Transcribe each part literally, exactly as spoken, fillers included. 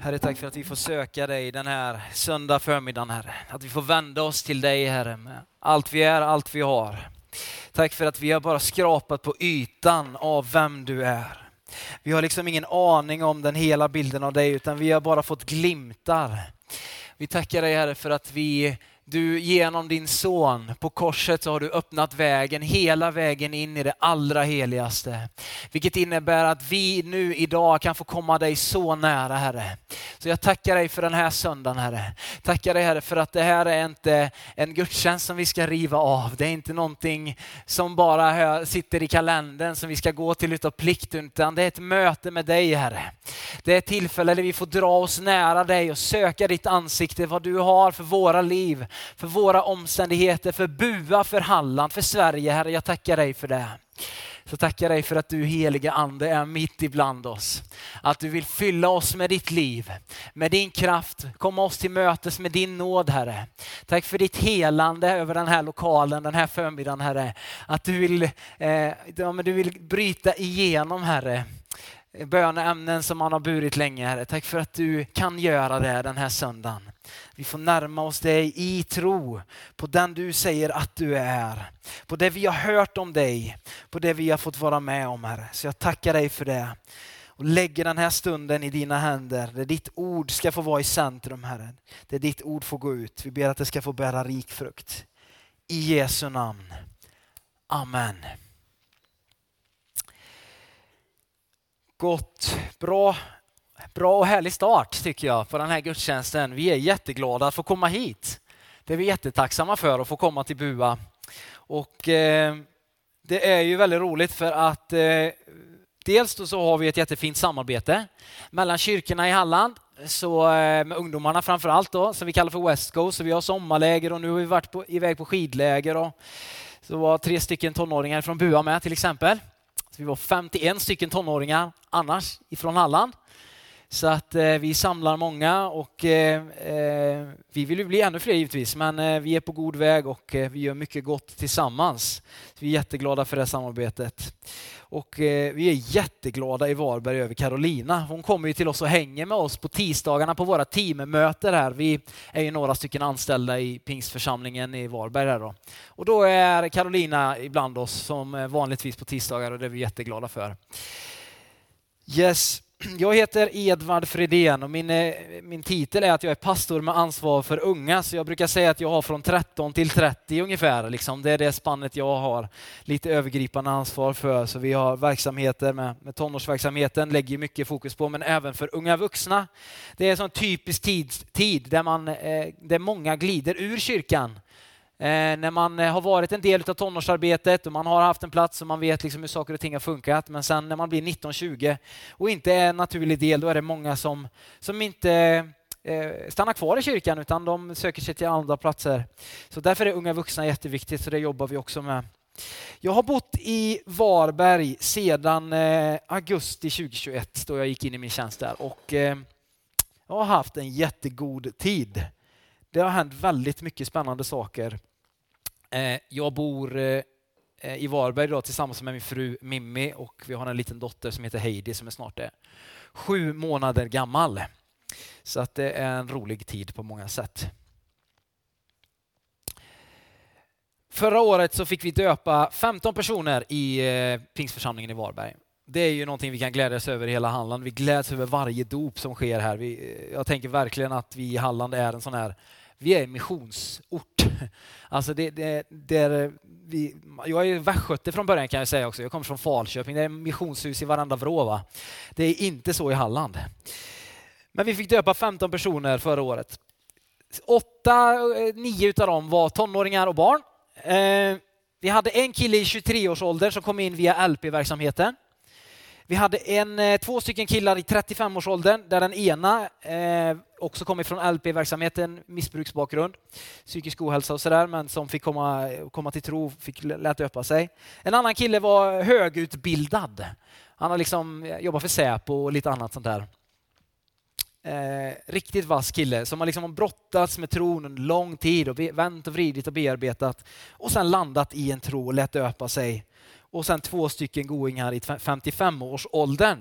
Herre, tack för att vi får söka dig den här söndag förmiddagen, Herre. Att vi får vända oss till dig, Herre, med allt vi är, allt vi har. Tack för att vi har bara skrapat på ytan av vem du är. Vi har liksom ingen aning om den hela bilden av dig, utan vi har bara fått glimtar. Vi tackar dig, Herre, för att vi, du genom din son på korset så har du öppnat vägen, hela vägen in i det allra heligaste. Vilket innebär att vi nu idag kan få komma dig så nära, Herre. Så jag tackar dig för den här söndagen, Herre. Tackar dig, Herre, för att det här är inte en gudstjänst som vi ska riva av. Det är inte någonting som bara hör, sitter i kalendern som vi ska gå till utav plikt, utan det är ett möte med dig, Herre. Det är ett tillfälle där vi får dra oss nära dig och söka ditt ansikte, vad du har för våra liv, för våra omständigheter, för Bua, för Halland, för Sverige, Herre. Jag tackar dig för det. Så tackar dig för att du, heliga ande, är mitt ibland oss. Att du vill fylla oss med ditt liv, med din kraft, komma oss till mötes med din nåd, Herre. Tack för ditt helande över den här lokalen, den här förmiddagen, Herre. Att du vill, eh, ja, men du vill bryta igenom, Herre, böneämnen som man har burit länge, Herre. Tack för att du kan göra det den här söndagen. Vi får närma oss dig i tro på den du säger att du är. På det vi har hört om dig. På det vi har fått vara med om, Herre. Så jag tackar dig för det. Och lägger den här stunden i dina händer. Där ditt ord ska få vara i centrum, Herre. Där ditt ord får gå ut. Vi ber att det ska få bära rik frukt. I Jesu namn. Amen. Gott, bra. Bra och härlig start tycker jag på den här gudstjänsten. Vi är jätteglada att få komma hit. Det är vi jättetacksamma för att få komma till Bua. Och eh, det är ju väldigt roligt för att eh, dels då så har vi ett jättefint samarbete mellan kyrkorna i Halland. Så eh, med ungdomarna framförallt då, som vi kallar för West Coast. Så vi har sommarläger och nu har vi varit på, iväg på skidläger. Och så var tre stycken tonåringar från Bua med till exempel. Så vi var femtioen stycken tonåringar annars ifrån Halland. Så att eh, vi samlar många och eh, eh, vi vill ju bli ännu fler givetvis, men eh, vi är på god väg och eh, vi gör mycket gott tillsammans. Så vi är jätteglada för det samarbetet. Och eh, vi är jätteglada i Varberg över Carolina. Hon kommer ju till oss och hänger med oss på tisdagarna på våra teammöten här. Vi är ju några stycken anställda i Pingstförsamlingen i Varberg här då. Och då är Carolina ibland oss som vanligtvis på tisdagar och det är vi jätteglada för. Yes. Jag heter Edvard Fredén och min, min titel är att jag är pastor med ansvar för unga. Så jag brukar säga att jag har från tretton till trettio ungefär. Liksom. Det är det spannet jag har lite övergripande ansvar för. Så vi har verksamheter med, med tonårsverksamheten, lägger mycket fokus på, men även för unga vuxna. Det är en sån typisk tid, tid där, man, eh, där många glider ur kyrkan. Eh, när man eh, har varit en del av tonårsarbetet och man har haft en plats och man vet liksom hur saker och ting har funkat. Men sen när man blir nitton tjugo och inte är en naturlig del, då är det många som, som inte eh, stannar kvar i kyrkan utan de söker sig till andra platser. Så därför är unga vuxna jätteviktigt, så det jobbar vi också med. Jag har bott i Varberg sedan eh, augusti tjugohundratjugoett då jag gick in i min tjänst där. Och eh, jag har haft en jättegod tid. Det har hänt väldigt mycket spännande saker. Jag bor i Varberg då, tillsammans med min fru Mimmi och vi har en liten dotter som heter Heidi som är snart är sju månader gammal. Så att det är en rolig tid på många sätt. Förra året så fick vi döpa femton personer i Pingstförsamlingen i Varberg. Det är ju någonting vi kan glädjas över i hela Halland. Vi gläds över varje dop som sker här. Vi, jag tänker verkligen att vi i Halland är en sån här, vi är en missionsort. Alltså det, det, det är, vi, jag är västgöte från början kan jag säga också. Jag kommer från Falköping. Det är missionshus i varenda vrå, va? Det är inte så i Halland. Men vi fick döpa femton personer förra året. Åtta, nio utav dem var tonåringar och barn. Eh, vi hade en kille i tjugotre års ålder som kom in via L P-verksamheten. Vi hade en, två stycken killar i trettiofem års åldern där den ena eh, också kom ifrån L P-verksamheten, missbruksbakgrund, psykisk ohälsa och sådär, men som fick komma, komma till tro, fick lära öppna sig. En annan kille var högutbildad. Han har liksom jobbat för Säpo och lite annat sånt där. Eh, riktigt vass kille som har liksom brottats med tron under lång tid och vänt och vridit och bearbetat och sen landat i en tro och lärt öppna sig. Och sen två stycken goingar i femtiofem års åldern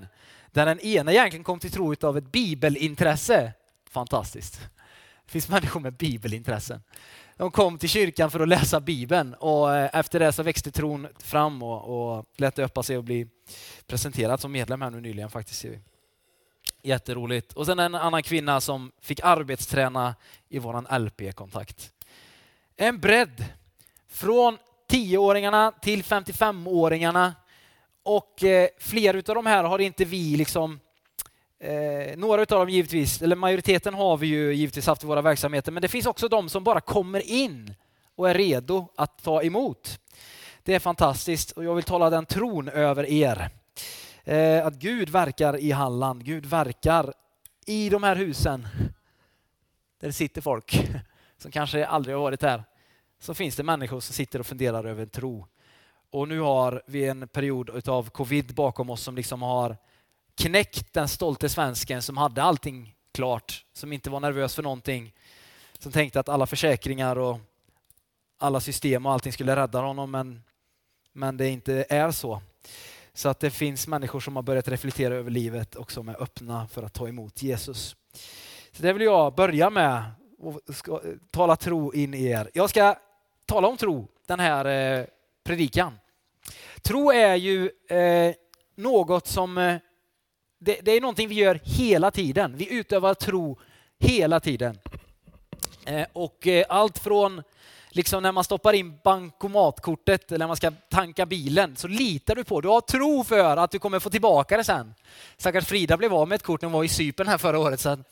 Där den ena egentligen kom till tro av ett bibelintresse. Fantastiskt. Det finns människor med bibelintressen. De kom till kyrkan för att läsa Bibeln och efter det så växte tron fram och, och lät öppna sig och bli presenterad som medlem här nu nyligen faktiskt. Jätteroligt. Och sen en annan kvinna som fick arbetsträna i våran L P-kontakt. En bredd från tioåringarna till femtiofemåringarna och eh, flera utav de här har inte vi liksom Eh, några utav dem givetvis, eller majoriteten har vi ju givetvis haft i våra verksamheter, men det finns också de som bara kommer in och är redo att ta emot. Det är fantastiskt och jag vill tala den tron över er. Eh, att Gud verkar i Halland, Gud verkar i de här husen där det sitter folk som kanske aldrig har varit här. Så finns det människor som sitter och funderar över en tro. Och nu har vi en period av covid bakom oss som liksom har knäckt den stolte svensken som hade allting klart, som inte var nervös för någonting, som tänkte att alla försäkringar och alla system och allting skulle rädda honom, men, men det inte är så. Så att det finns människor som har börjat reflektera över livet och som är öppna för att ta emot Jesus. Så det vill jag börja med och ska tala tro in i er. Jag ska tala om tro, den här eh, predikan. Tro är ju eh, något som eh, Det, det är någonting vi gör hela tiden. Vi utövar tro hela tiden. Eh, och eh, allt från liksom när man stoppar in bankomatkortet eller när man ska tanka bilen så litar du på, du har tro för att du kommer få tillbaka det sen. Stackars Frida blev av med ett kort när hon var i Cypern här förra året. Så att,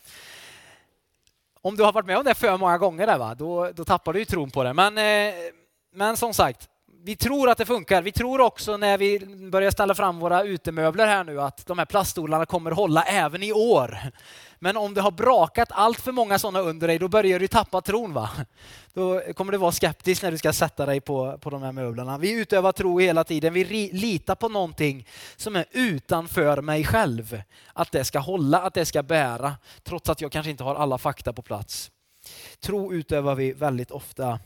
om du har varit med om det för många gånger där, va, då, då tappar du ju tron på det. Men, eh, men som sagt, vi tror att det funkar. Vi tror också när vi börjar ställa fram våra utemöbler här nu att de här plaststolarna kommer hålla även i år. Men om det har brakat allt för många sådana under dig, då börjar du tappa tron, va? Då kommer du vara skeptisk när du ska sätta dig på, på de här möblerna. Vi utövar tro hela tiden. Vi ri, litar på någonting som är utanför mig själv. Att det ska hålla, att det ska bära, trots att jag kanske inte har alla fakta på plats. Tro utövar vi väldigt ofta.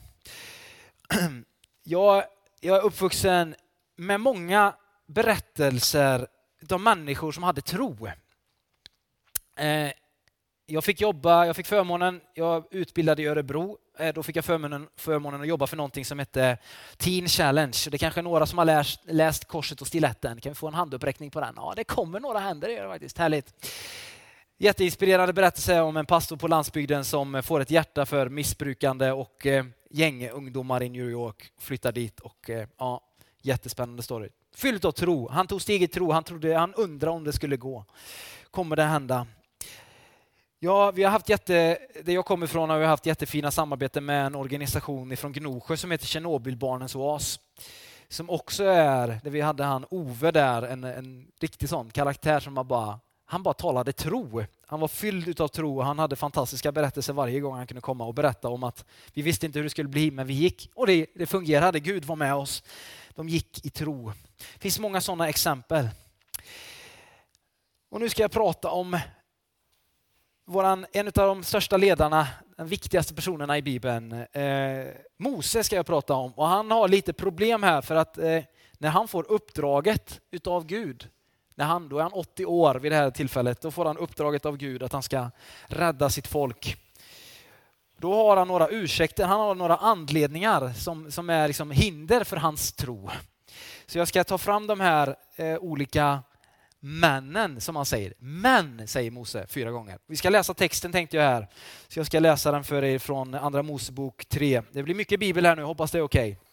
Jag Jag är uppvuxen med många berättelser av människor som hade tro. Eh, jag fick jobba, jag fick förmånen, jag utbildade i Örebro. Eh, då fick jag förmånen, förmånen att jobba för någonting som heter Teen Challenge. Det är kanske är några som har läst, läst Korset och Stiletten. Kan vi få en handuppräckning på den? Ja, det kommer några händer, det är faktiskt härligt. Jätteinspirerande berättelse om en pastor på landsbygden som får ett hjärta för missbrukande och eh, gäng ungdomar i New York, flyttar dit och eh, ja, jättespännande story. Fyllt av tro. Han tog steget tro, han trodde, han undrade om det skulle gå. Kommer det hända? Ja, vi har haft jätte, det jag kommer ifrån har vi haft jättefina samarbeten med en organisation från Gnosjö som heter Tjernobylbarnens oas. Som också är, där vi hade han Ove där, en, en riktig sån karaktär som man bara Han bara talade tro. Han var fylld av tro och han hade fantastiska berättelser varje gång han kunde komma och berätta om att vi visste inte hur det skulle bli, men vi gick. Och det, det fungerade. Gud var med oss. De gick i tro. Det finns många sådana exempel. Och nu ska jag prata om våran, en av de största ledarna, den viktigaste personerna i Bibeln. Eh, Mose ska jag prata om. Och han har lite problem här för att eh, när han får uppdraget utav Gud, När han, då är han åttio år vid det här tillfället, då får han uppdraget av Gud att han ska rädda sitt folk. Då har han några ursäkter, han har några anledningar som, som är liksom hinder för hans tro. Så jag ska ta fram de här eh, olika männen som han säger. Men, säger Mose fyra gånger. Vi ska läsa texten tänkte jag här. Så jag ska läsa den för er från Andra Mosebok tre. Det blir mycket bibel här nu, hoppas det är okej. Okay.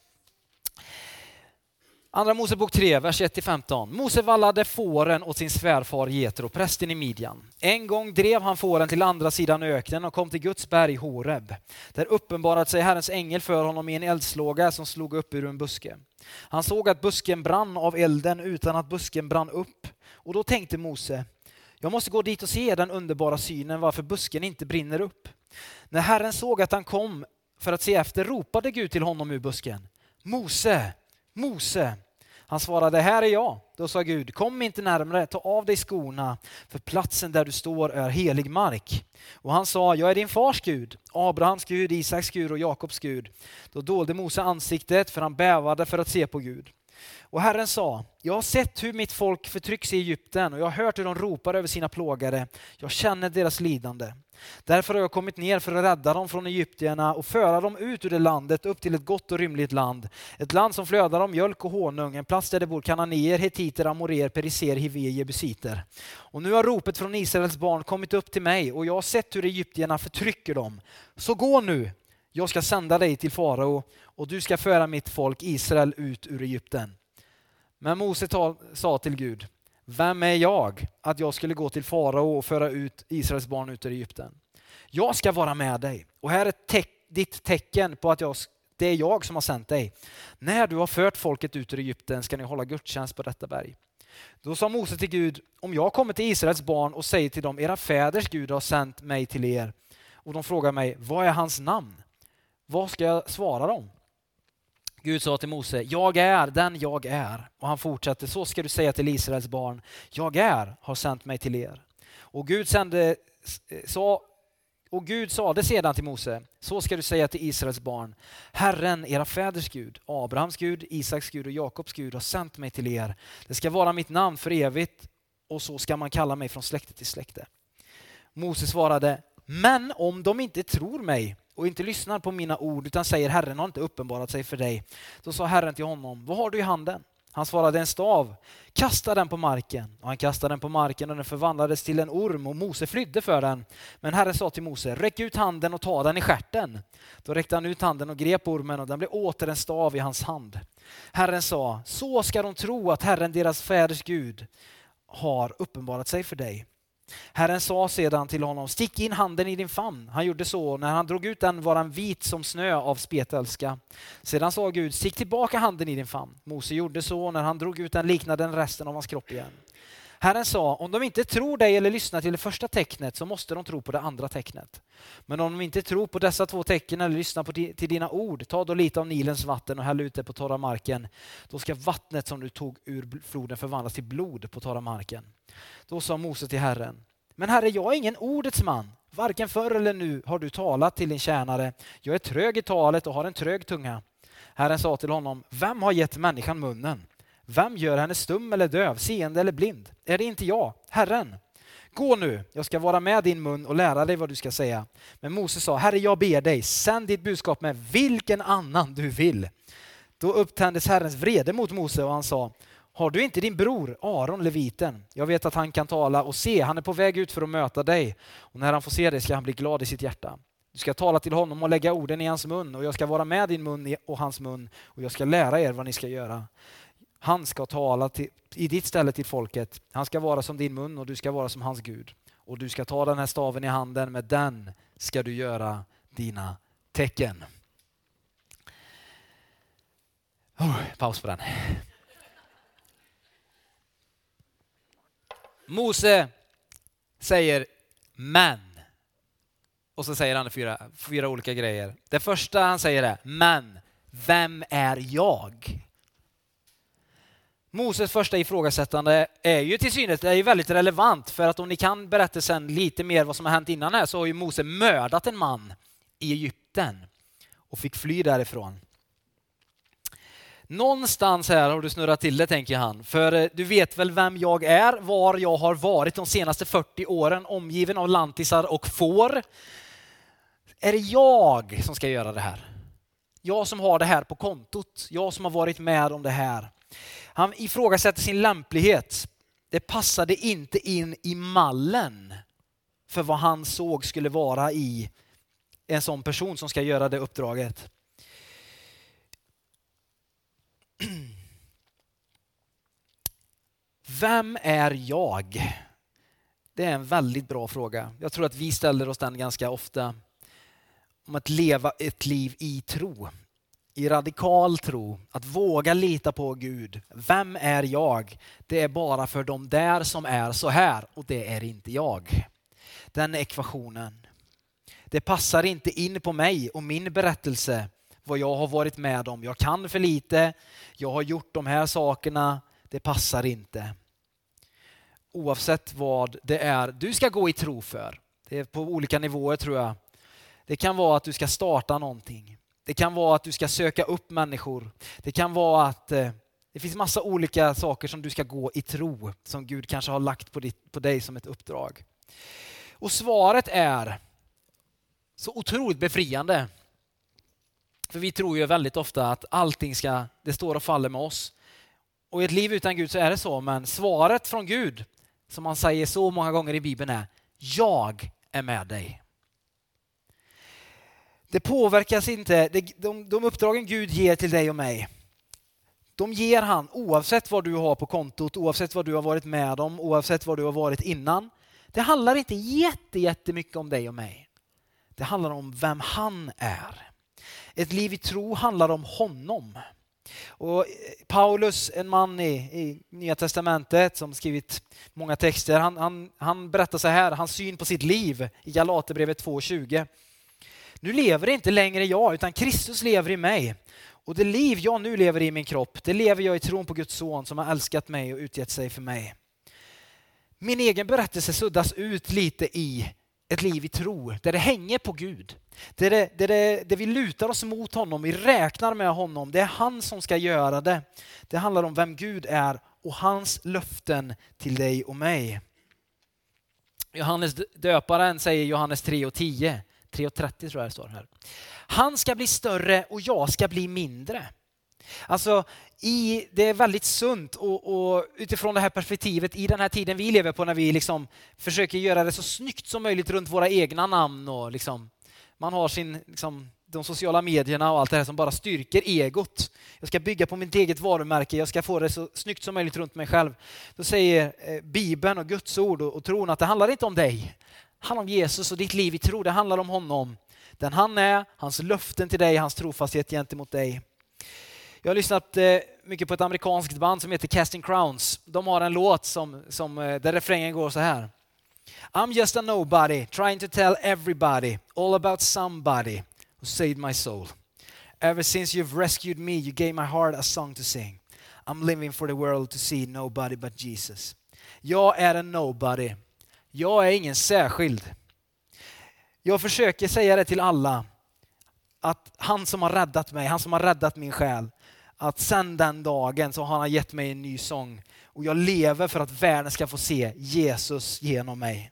Andra Mosebok tre, vers ett till femton. Mose vallade fåren åt sin svärfar Jetro, prästen i Midjan. En gång drev han fåren till andra sidan öknen och kom till Guds berg Horeb. Där uppenbarade sig Herrens ängel för honom i en eldslåga som slog upp ur en buske. Han såg att busken brann av elden utan att busken brann upp. Och då tänkte Mose, jag måste gå dit och se den underbara synen varför busken inte brinner upp. När Herren såg att han kom för att se efter ropade Gud till honom ur busken. Mose! Mose, han svarade, här är jag. Då sa Gud, kom inte närmare, ta av dig skorna, för platsen där du står är helig mark. Och han sa, jag är din fars Gud, Abrahams Gud, Isaks Gud och Jakobs Gud. Då dolde Mose ansiktet, för han bävade för att se på Gud. Och Herren sa, jag har sett hur mitt folk förtrycks i Egypten och jag har hört hur de ropar över sina plågare. Jag känner deras lidande. Därför har jag kommit ner för att rädda dem från egyptierna och föra dem ut ur det landet upp till ett gott och rymligt land. Ett land som flödar av mjölk och honung, en plats där det bor kananéer, hetiter, amorer, periser, hiver, jebusiter. Och nu har ropet från Israels barn kommit upp till mig och jag har sett hur egyptierna förtrycker dem. Så gå nu, jag ska sända dig till farao och du ska föra mitt folk Israel ut ur Egypten. Men Mose ta, sa till Gud, vem är jag att jag skulle gå till farao och föra ut Israels barn ut ur Egypten? Jag ska vara med dig och här är te- ditt tecken på att jag, det är jag som har sänt dig. När du har fört folket ut ur Egypten ska ni hålla gudstjänst på detta berg. Då sa Mose till Gud, om jag kommer till Israels barn och säger till dem, era fäders Gud har sänt mig till er. Och de frågar mig, vad är hans namn? Vad ska jag svara dem? Gud sa till Mose, jag är den jag är. Och han fortsatte, så ska du säga till Israels barn, jag är har sänt mig till er. Och Gud sände, så, och Gud sa det sedan till Mose, så ska du säga till Israels barn, Herren, era fäders Gud, Abrahams Gud, Isaks Gud och Jakobs Gud har sänt mig till er. Det ska vara mitt namn för evigt och så ska man kalla mig från släkte till släkte. Mose svarade, men om de inte tror mig och inte lyssnar på mina ord utan säger Herren har inte uppenbarat sig för dig. Då sa Herren till honom, vad har du i handen? Han svarade, en stav. Kasta den på marken. Och han kastade den på marken och den förvandlades till en orm och Mose flydde för den. Men Herren sa till Mose, räck ut handen och ta den i stjärten. Då räckte han ut handen och grep ormen och den blev åter en stav i hans hand. Herren sa, så ska de tro att Herren deras fäders Gud har uppenbarat sig för dig. Herren sa sedan till honom, stick in handen i din famn. Han gjorde så, när han drog ut den var han vit som snö av spetälska. Sedan sa Gud, stick tillbaka handen i din famn. Mose gjorde så, när han drog ut den liknade den resten av hans kropp igen. Herren sa, om de inte tror dig eller lyssnar till det första tecknet så måste de tro på det andra tecknet. Men om de inte tror på dessa två tecken eller lyssnar på di- till dina ord, ta då lite av Nilens vatten och häll ut det på torra marken. Då ska vattnet som du tog ur floden förvandlas till blod på torra marken. Då sa Mose till Herren, men Herre, jag är ingen ordets man. Varken förr eller nu har du talat till din tjänare. Jag är trög i talet och har en trög tunga. Herren sa till honom, vem har gett människan munnen? Vem gör henne stum eller döv, seende eller blind? Är det inte jag, Herren? Gå nu, jag ska vara med din mun och lära dig vad du ska säga. Men Mose sa, Herre, jag ber dig, sänd ditt budskap med vilken annan du vill. Då upptändes Herrens vrede mot Mose och han sa, har du inte din bror Aron leviten? Jag vet att han kan tala och se, han är på väg ut för att möta dig. Och när han får se dig ska han bli glad i sitt hjärta. Du ska tala till honom och lägga orden i hans mun och jag ska vara med din mun och hans mun och jag ska lära er vad ni ska göra. Han ska tala till, i ditt ställe till folket. Han ska vara som din mun och du ska vara som hans Gud. Och du ska ta den här staven i handen, med den ska du göra dina tecken. Oh, paus på den. Mose säger men. Och så säger han fyra, fyra olika grejer. Det första han säger är men. Vem är jag? Moses första ifrågasättande är ju till synes är ju väldigt relevant, för att om ni kan berättelsen lite mer vad som har hänt innan här, så har ju Mose mördat en man i Egypten och fick fly därifrån. Någonstans här har du snurrat till det, tänker han. För du vet väl vem jag är, var jag har varit de senaste fyrtio åren, omgiven av lantisar och får. Är det jag som ska göra det här? Jag som har det här på kontot. Jag som har varit med om det här. Han ifrågasätter sin lämplighet. Det passade inte in i mallen för vad han såg skulle vara i en sån person som ska göra det uppdraget. Vem är jag? Det är en väldigt bra fråga. Jag tror att vi ställer oss den ganska ofta. Om att leva ett liv i tro. I radikal tro. Att våga lita på Gud. Vem är jag? Det är bara för de där som är så här. Och det är inte jag. Den ekvationen. Det passar inte in på mig och min berättelse. Vad jag har varit med om. Jag kan för lite. Jag har gjort de här sakerna. Det passar inte. Oavsett vad det är du ska gå i tro för. Det är på olika nivåer, tror jag. Det kan vara att du ska starta någonting. Det kan vara att du ska söka upp människor. Det kan vara att eh, Det finns massa olika saker som du ska gå i tro, som Gud kanske har lagt på, ditt, på dig som ett uppdrag. Och svaret är så otroligt befriande. För vi tror ju väldigt ofta att allting ska, det står och faller med oss. Och i ett liv utan Gud så är det så, men svaret från Gud, som han säger så många gånger i Bibeln, är: jag är med dig. Det påverkas inte, de, de uppdragen Gud ger till dig och mig, de ger han oavsett vad du har på kontot, oavsett vad du har varit med om, oavsett vad du har varit innan. Det handlar inte jätte, jättemycket om dig och mig. Det handlar om vem han är. Ett liv i tro handlar om honom. Och Paulus, en man i, i Nya Testamentet som skrivit många texter, han, han, han berättar så här, hans syn på sitt liv i Galaterbrevet två tjugo. Nu lever inte längre jag, utan Kristus lever i mig. Och det liv jag nu lever i min kropp, det lever jag i tron på Guds son som har älskat mig och utgett sig för mig. Min egen berättelse suddas ut lite i ett liv i tro, där det hänger på Gud. Där, det, där, det, där vi lutar oss mot honom, vi räknar med honom. Det är han som ska göra det. Det handlar om vem Gud är och hans löften till dig och mig. Johannes döparen säger Johannes tre och tio. tre och trettio tror jag det står här. Han ska bli större och jag ska bli mindre. Alltså, i, det är väldigt sunt och, och utifrån det här perspektivet i den här tiden vi lever på, när vi liksom försöker göra det så snyggt som möjligt runt våra egna namn och liksom, man har sin, liksom, de sociala medierna och allt det här som bara styrker egot. Jag ska bygga på mitt eget varumärke, jag ska få det så snyggt som möjligt runt mig själv. Då säger eh, Bibeln och Guds ord och, och tron att det handlar inte om dig. Det handlar om Jesus och ditt liv i tro, det handlar om honom. Den han är, hans löften till dig, hans trofasthet gentemot dig. Jag har lyssnat eh, mycket på ett amerikanskt band som heter Casting Crowns. De har en låt som, som, eh, där refrängen går så här. I'm just a nobody trying to tell everybody all about somebody who saved my soul. Ever since you've rescued me you gave my heart a song to sing. I'm living for the world to see nobody but Jesus. Jag är en nobody. Jag är ingen särskild. Jag försöker säga det till alla. Att han som har räddat mig, han som har räddat min själ, att sen den dagen så har han gett mig en ny sång. Och jag lever för att världen ska få se Jesus genom mig.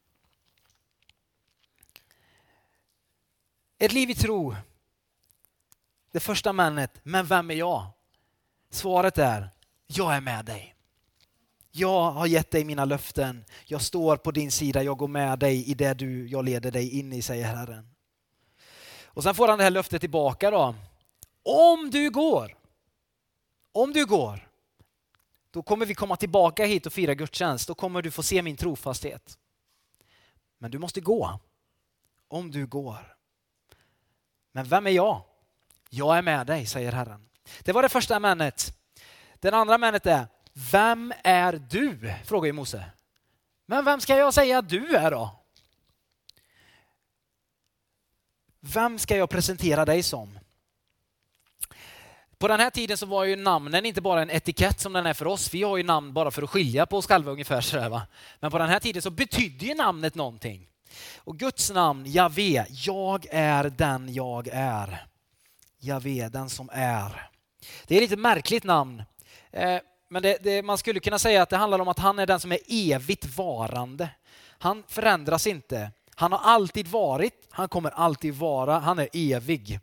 Ett liv i tro. Det första männet, men vem är jag? Svaret är, jag är med dig. Jag har gett dig mina löften. Jag står på din sida, jag går med dig i det du, jag leder dig in i, säger Herren. Och sen får han det här löftet tillbaka då. Om du går, om du går, då kommer vi komma tillbaka hit och fira gudstjänst. Då kommer du få se min trofasthet. Men du måste gå. Om du går. Men vem är jag? Jag är med dig, säger Herren. Det var det första männet. Den andra männet är, vem är du? Frågar ju Mose. Men vem ska jag säga att du är då? Vem ska jag presentera dig som? På den här tiden så var ju namnen inte bara en etikett som den är för oss. Vi har ju namn bara för att skilja på oss själva ungefär sådär, va? Men på den här tiden så betyder ju namnet någonting. Och Guds namn, Javé, jag är den jag är. Javé, den som är. Det är lite märkligt namn. Eh, men det, det, man skulle kunna säga att det handlar om att han är den som är evigt varande. Han förändras inte. Han har alltid varit, han kommer alltid vara, han är evig.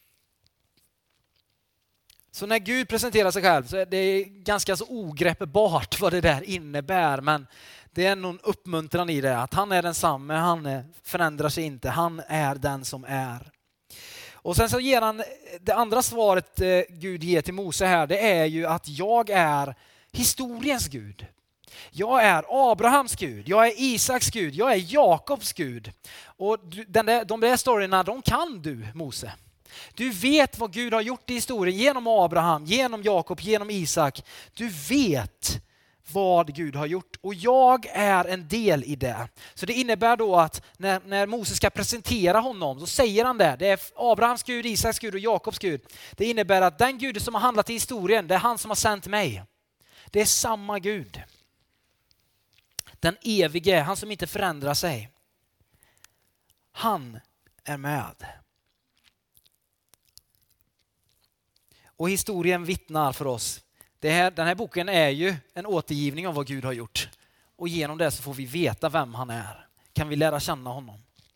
Så när Gud presenterar sig själv så är det ganska så ogreppbart vad det där innebär. Men det är någon uppmuntran i det, att han är densamme, han är, förändrar sig inte, han är den som är. Och sen så ger han, det andra svaret eh, Gud ger till Mose här, det är ju att jag är historiens Gud. Jag är Abrahams Gud, jag är Isaks Gud, jag är Jakobs Gud. Och den där, de där storyna, de kan du, Mose. Du vet vad Gud har gjort i historien genom Abraham, genom Jakob, genom Isak. Du vet vad Gud har gjort och jag är en del i det. Så det innebär då att när, när Moses ska presentera honom så säger han det. Det är Abrahams Gud, Isaks Gud och Jakobs Gud. Det innebär att den Gud som har handlat i historien, det är han som har sänt mig. Det är samma Gud. Den evige, han som inte förändrar sig. Han är med. Och historien vittnar för oss. Det här, den här boken är ju en återgivning av vad Gud har gjort. Och genom det så får vi veta vem han är. Kan vi lära känna honom.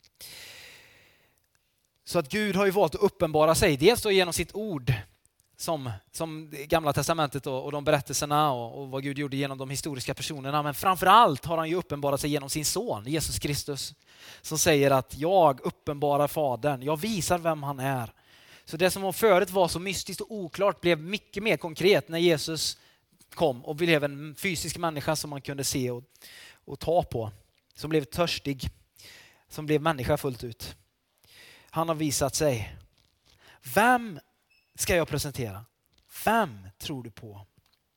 Så att Gud har ju valt att uppenbara sig. Dels då genom sitt ord. Som, som Gamla testamentet och, och de berättelserna och, och vad Gud gjorde genom de historiska personerna. Men framförallt har han ju uppenbarat sig genom sin son, Jesus Kristus. Som säger att jag uppenbarar Fadern. Jag visar vem han är. Så det som förut var så mystiskt och oklart blev mycket mer konkret när Jesus kom och blev en fysisk människa som man kunde se och, och ta på. Som blev törstig. Som blev människa fullt ut. Han har visat sig. Vem ska jag presentera? Vem tror du på?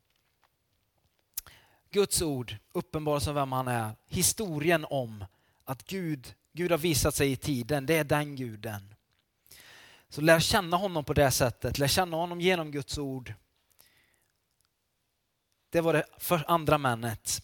Guds ord uppenbarar som vem han är. Historien om att Gud, Gud har visat sig i tiden. Det är den guden. Så lär känna honom på det sättet. Lär känna honom genom Guds ord. Det var det för andra männet.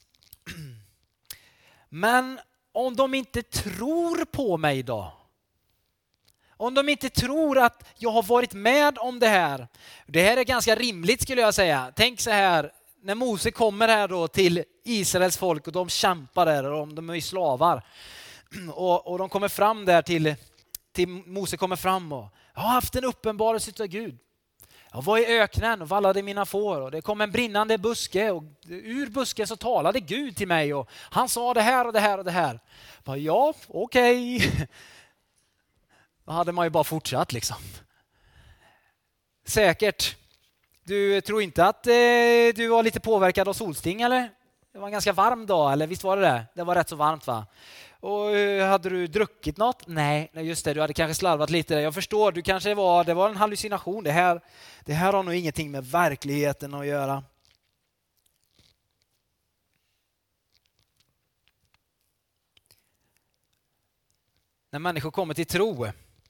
Men om de inte tror på mig då? Om de inte tror att jag har varit med om det här. Det här är ganska rimligt skulle jag säga. Tänk så här, när Mose kommer här då till Israels folk och de kämpar där och de är slavar. Och, och de kommer fram där till, till Mose kommer fram och jag har haft en uppenbarelse av Gud. Jag var i öknen och vallade mina får och det kom en brinnande buske och ur busken så talade Gud till mig och han sa det här och det här och det här. Bara, ja, okej. Okay. Då hade man ju bara fortsatt liksom. Säkert. Du tror inte att eh, du var lite påverkad av solsting eller? Det var en ganska varm dag, eller visst var det det? Det var rätt så varmt va? Och eh, hade du druckit något? Nej, just det, du hade kanske slarvat lite. Jag förstår, du kanske var, det var en hallucination. Det här, det här har nog ingenting med verkligheten att göra. När människor kommer till tro.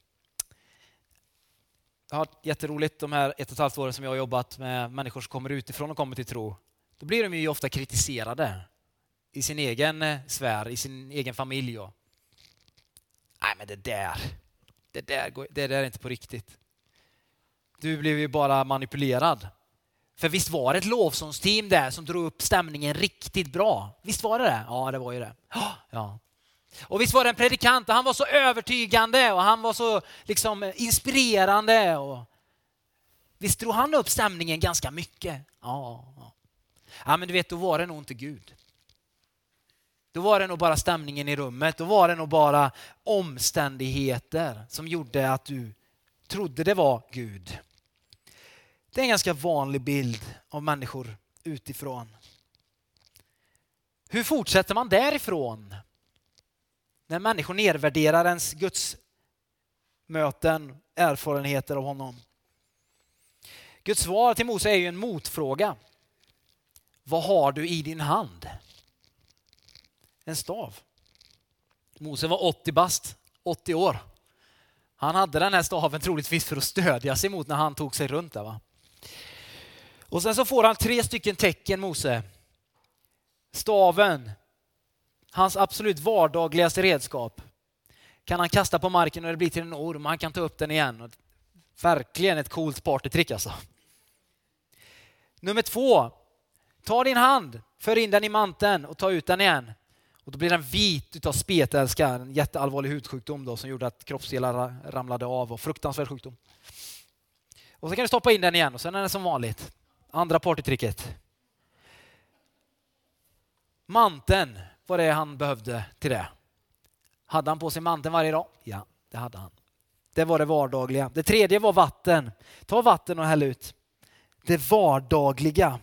Jag har jätteroligt de här ett och ett halvt åren som jag har jobbat med människor som kommer utifrån och kommer till tro. Då blir de ju ofta kritiserade i sin egen sfär, i sin egen familj. Och, nej men det där, det där, det där är inte på riktigt. Du blev ju bara manipulerad. För visst var det ett lovsångsteam där som drog upp stämningen riktigt bra. Visst var det det? Ja, det var ju det. Ja. Och visst var det en predikant och han var så övertygande och han var så liksom inspirerande. Och visst drog han upp stämningen ganska mycket. Ja, ja. Ja, men du vet, då var det nog inte Gud. Då var det nog bara stämningen i rummet. Då var det nog bara omständigheter som gjorde att du trodde det var Gud. Det är en ganska vanlig bild av människor utifrån. Hur fortsätter man därifrån? När människor nedvärderar ens Guds möten, erfarenheter av honom. Guds svar till Mose är ju en motfråga. Vad har du i din hand? En stav. Mose var åttio bast, åttio år. Han hade den här staven troligtvis för att stödja sig mot när han tog sig runt där va. Och sen så får han tre stycken tecken Mose. Staven, hans absolut vardagligaste redskap, kan han kasta på marken och det blir till en orm. Han kan ta upp den igen. Verkligen ett coolt partytrick alltså. Nummer två. Ta din hand, för in den i manteln och ta ut den igen. Och då blir den vit utav spetälska. En jätteallvarlig hudsjukdom då, som gjorde att kroppsdelar ramlade av. Och fruktansvärd sjukdom. Och så kan du stoppa in den igen och sen är den som vanligt. Andra partytricket. Manteln var det han behövde till det. Hade han på sig manteln varje dag? Ja, det hade han. Det var det vardagliga. Det tredje var vatten. Ta vatten och häll ut. Det vardagliga.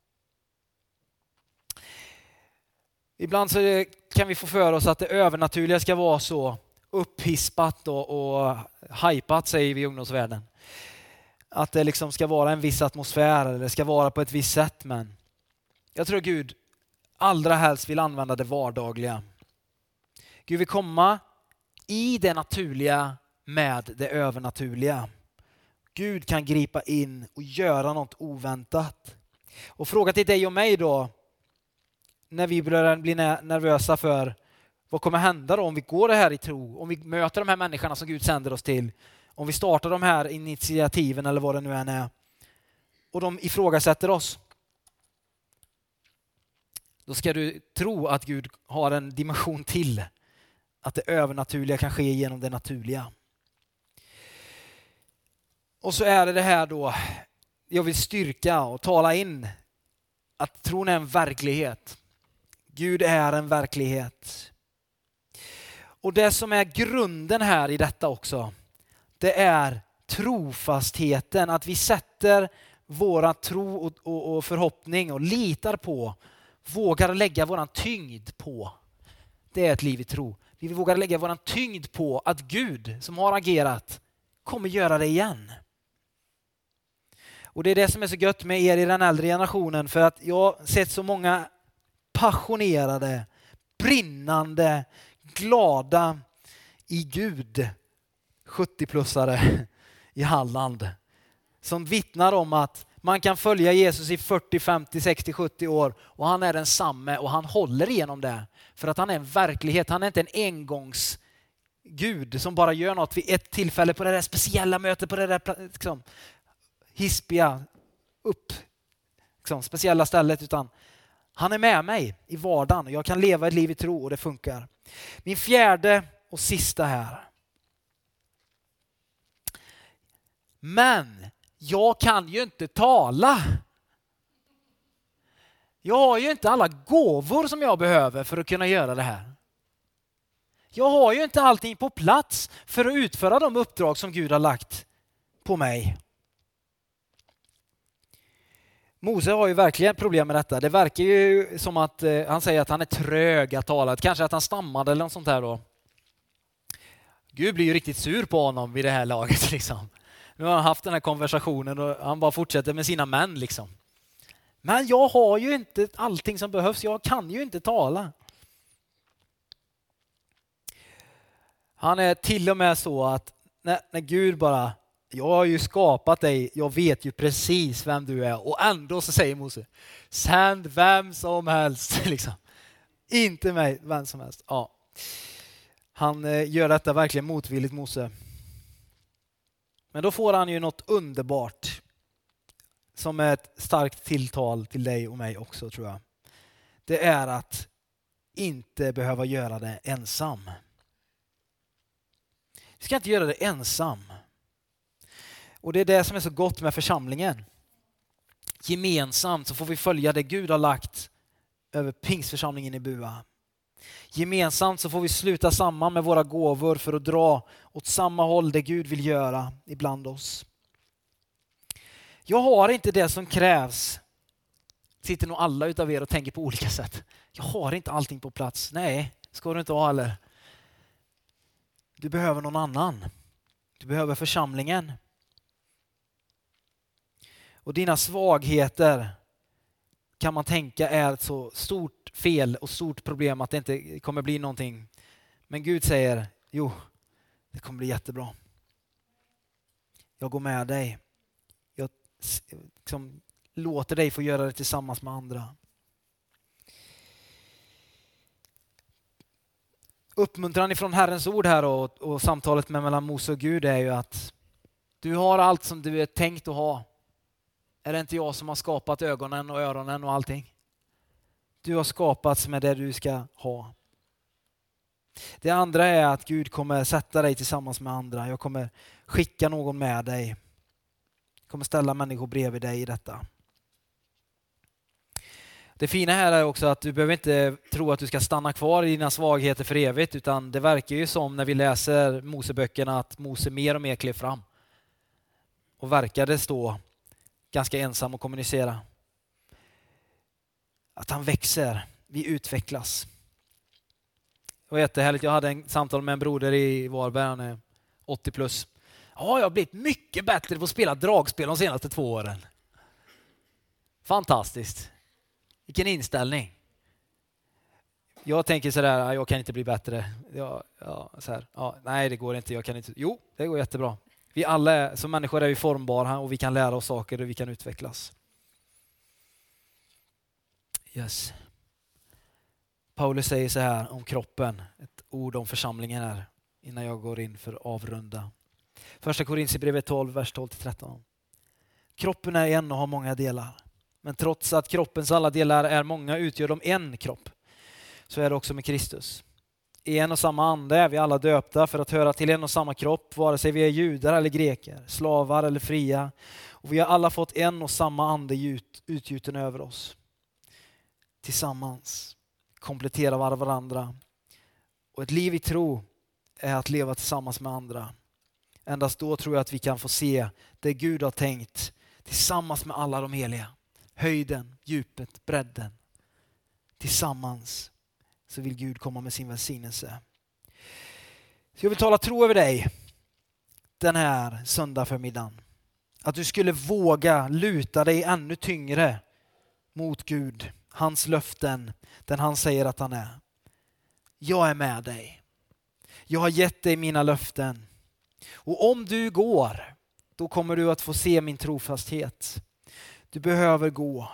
Ibland så kan vi få för oss att det övernaturliga ska vara så upphispat och, och hypat, säger vi i ungdomsvärlden. Att det liksom ska vara en viss atmosfär eller det ska vara på ett visst sätt. Men jag tror Gud allra helst vill använda det vardagliga. Gud vill komma i det naturliga med det övernaturliga. Gud kan gripa in och göra något oväntat. Och fråga till dig och mig då, när vi börjar bli nervösa för vad kommer hända då om vi går det här i tro, om vi möter de här människorna som Gud sänder oss till, om vi startar de här initiativen eller vad det nu än är och de ifrågasätter oss. då ska du tro att Gud har en dimension till. Att det övernaturliga kan ske genom det naturliga. Och så är det det här då, jag vill styrka och tala in att tron är en verklighet. Gud är en verklighet. Och det som är grunden här i detta också, det är trofastheten. Att vi sätter våra tro och, och, och förhoppning och litar på, vågar lägga våran tyngd på. Det är ett liv i tro. Vi vågar lägga våran tyngd på att Gud som har agerat kommer göra det igen. Och det är det som är så gött med er i den äldre generationen, för att jag har sett så många passionerade, brinnande, glada i Gud sjuttio-plussare i Halland som vittnar om att man kan följa Jesus i fyrtio, femtio, sextio, sjuttio år och han är densamme och han håller igenom det. För att han är en verklighet, han är inte en engångs Gud som bara gör något vid ett tillfälle på det där speciella mötet, på det där liksom, hispiga upp liksom, speciella stället, utan han är med mig i vardagen och jag kan leva ett liv i tro och det funkar. Min fjärde och sista här. Men jag kan ju inte tala. Jag har ju inte alla gåvor som jag behöver för att kunna göra det här. Jag har ju inte allting på plats för att utföra de uppdrag som Gud har lagt på mig. Mose har ju verkligen problem med detta. Det verkar ju som att eh, han säger att han är trög att tala. Kanske att han stammade eller något sånt här då. Gud blir ju riktigt sur på honom vid det här laget liksom. Nu har han haft den här konversationen och han bara fortsätter med sina män liksom. Men jag har ju inte allting som behövs. Jag kan ju inte tala. Han är till och med så att när, när Gud bara, jag har ju skapat dig, jag vet ju precis vem du är. Och ändå så säger Mose, sänd vem som helst. Liksom. Inte mig, vem som helst. Ja. Han eh, gör detta verkligen motvilligt, Mose. Men då får han ju något underbart. Som är ett starkt tilltal till dig och mig också, tror jag. Det är att inte behöva göra det ensam. Vi ska inte göra det ensam. Och det är det som är så gott med församlingen. Gemensamt så får vi följa det Gud har lagt över Pingstförsamlingen i Bua. Gemensamt så får vi sluta samman med våra gåvor för att dra åt samma håll det Gud vill göra ibland oss. Jag har inte det som krävs. Sitter nog alla utav er och tänker på olika sätt. Jag har inte allting på plats. Nej, ska du inte ha heller. Du behöver någon annan. Du behöver församlingen. Och dina svagheter kan man tänka är ett så stort fel och stort problem att det inte kommer bli någonting. Men Gud säger, jo, det kommer bli jättebra. Jag går med dig. Jag liksom låter dig få göra det tillsammans med andra. Uppmuntran ifrån Herrens ord här och, och samtalet med mellan Mose och Gud är ju att du har allt som du är tänkt att ha. Är det inte jag som har skapat ögonen och öronen och allting? Du har skapats med det du ska ha. Det andra är att Gud kommer sätta dig tillsammans med andra. Jag kommer skicka någon med dig. Jag kommer ställa människor bredvid dig i detta. Det fina här är också att du behöver inte tro att du ska stanna kvar i dina svagheter för evigt, utan det verkar ju som när vi läser Moseböckerna att Mose mer och mer klev fram. Och verkade stå ganska ensam och kommunicera. Att han växer, vi utvecklas. Det var jättehärligt, jag hade en samtal med en broder i Varberg, han är åttio plus. Ja, jag har blivit mycket bättre på att spela dragspel de senaste två åren. Fantastiskt. Vilken inställning. Jag tänker sådär, jag kan inte bli bättre. Ja, ja, så här, ja, nej, det går inte, jag kan inte. Jo, det går jättebra. Vi alla är, som människor är vi formbara och vi kan lära oss saker och vi kan utvecklas. Yes. Paulus säger så här om kroppen, ett ord om församlingen här innan jag går in för avrunda. Första Korinthierbrevet tolv, vers tolv till tretton. Kroppen är en och har många delar. Men trots att kroppens alla delar är många utgör de en kropp. Så är det också med Kristus. I en och samma ande är vi alla döpta för att höra till en och samma kropp, vare sig vi är judar eller greker, slavar eller fria. Och vi har alla fått en och samma ande ut, utgjuten över oss. Tillsammans kompletterar varandra. Och ett liv i tro är att leva tillsammans med andra. Endast då tror jag att vi kan få se det Gud har tänkt tillsammans med alla de heliga. Höjden, djupet, bredden. Tillsammans så vill Gud komma med sin välsignelse. Så jag vill tala tro över dig den här söndag förmiddagen. Att du skulle våga luta dig ännu tyngre mot Gud. Hans löften, den han säger att han är. Jag är med dig. Jag har gett dig mina löften. Och om du går, då kommer du att få se min trofasthet. Du behöver gå.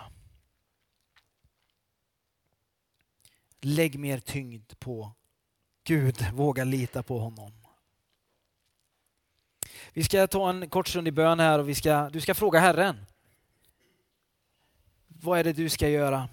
Lägg mer tyngd på Gud. Våga lita på honom. Vi ska ta en kort stund i bön här och vi ska, du ska fråga Herren. Vad är det du ska göra?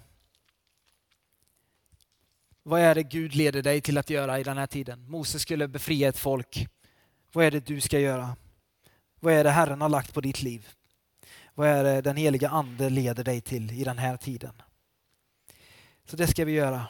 Vad är det Gud leder dig till att göra i den här tiden? Moses skulle befria ett folk. Vad är det du ska göra? Vad är det Herren har lagt på ditt liv? Vad är det den heliga ande leder dig till i den här tiden? Så det ska vi göra.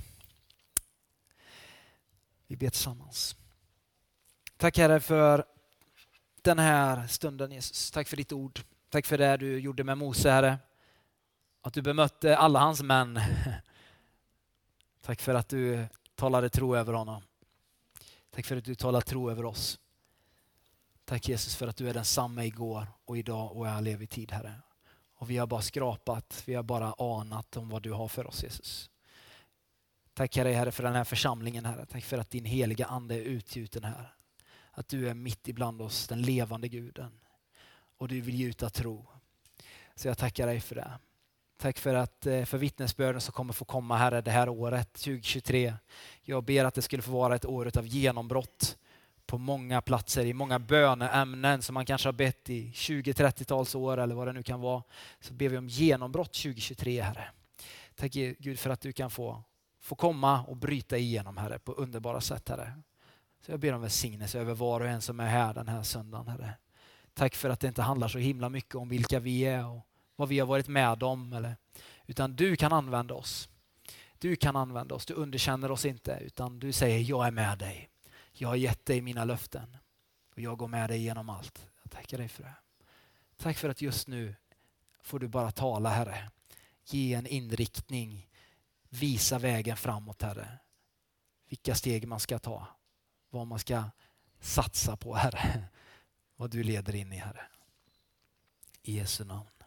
Vi ber tillsammans. Tack Herre för den här stunden Jesus. Tack för ditt ord. Tack för det du gjorde med Mose Herre. Att du bemötte alla hans män. Tack för att du talade tro över honom. Tack för att du talar tro över oss. Tack Jesus för att du är densamma igår och idag och i all evig tid Herre. Och vi har bara skrapat, vi har bara anat om vad du har för oss Jesus. Tack Herre, Herre för den här församlingen Herre. Tack för att din heliga ande är utgjuten här. Att du är mitt ibland oss, den levande guden. Och du vill gjuta tro. Så jag tackar dig för det. Tack för att för vittnesbörden som kommer få komma Herre det här året tjugohundratjugotre. Jag ber att det skulle få vara ett år av genombrott på många platser, i många böneämnen som man kanske har bett i tjugo-trettio-tals år eller vad det nu kan vara. Så ber vi om genombrott tjugohundratjugotre Herre. Tack Gud för att du kan få, få komma och bryta igenom Herre på underbara sätt Herre. Så jag ber om välsignelse över var och en som är här den här söndagen Herre. Tack för att det inte handlar så himla mycket om vilka vi är och vad vi har varit med om. Eller, utan du kan använda oss. Du kan använda oss. Du underkänner oss inte. Utan du säger jag är med dig. Jag har gett dig mina löften. Och jag går med dig genom allt. Jag tackar dig för det. Tack för att just nu får du bara tala Herre. Ge en inriktning. Visa vägen framåt Herre. Vilka steg man ska ta. Vad man ska satsa på Herre. Vad du leder in i Herre. I Jesu namn.